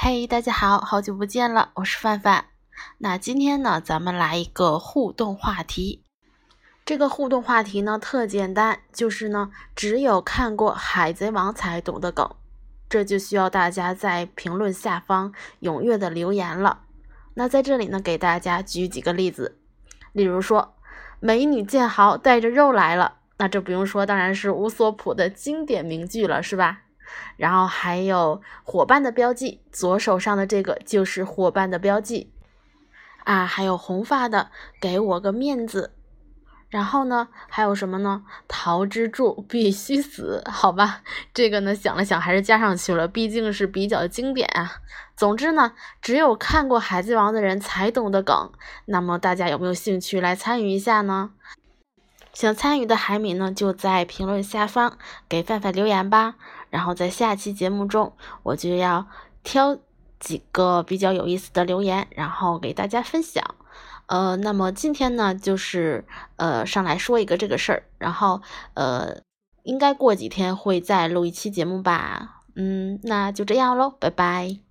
嘿，大家好，好久不见了，我是范范。那今天呢，咱们来一个互动话题。这个互动话题呢特简单，就是呢只有看过《海贼王》才懂的梗，这就需要大家在评论下方踊跃的留言了。那在这里呢，给大家举几个例子，例如说，美女剑豪带着肉来了，那这不用说，当然是乌索普的经典名句了，是吧？然后还有伙伴的标记，左手上的这个就是伙伴的标记啊，还有红发的给我个面子，然后呢还有什么呢？桃之助必须死，好吧，这个呢想了想还是加上去了，毕竟是比较经典啊。总之呢，只有看过海贼王的人才懂的梗，那么大家有没有兴趣来参与一下呢？想参与的海米呢，就在评论下方给范范留言吧。然后在下期节目中，我就要挑几个比较有意思的留言，然后给大家分享。那么今天呢，就是上来说一个这个事儿，然后应该过几天会再录一期节目吧。那就这样咯，拜拜。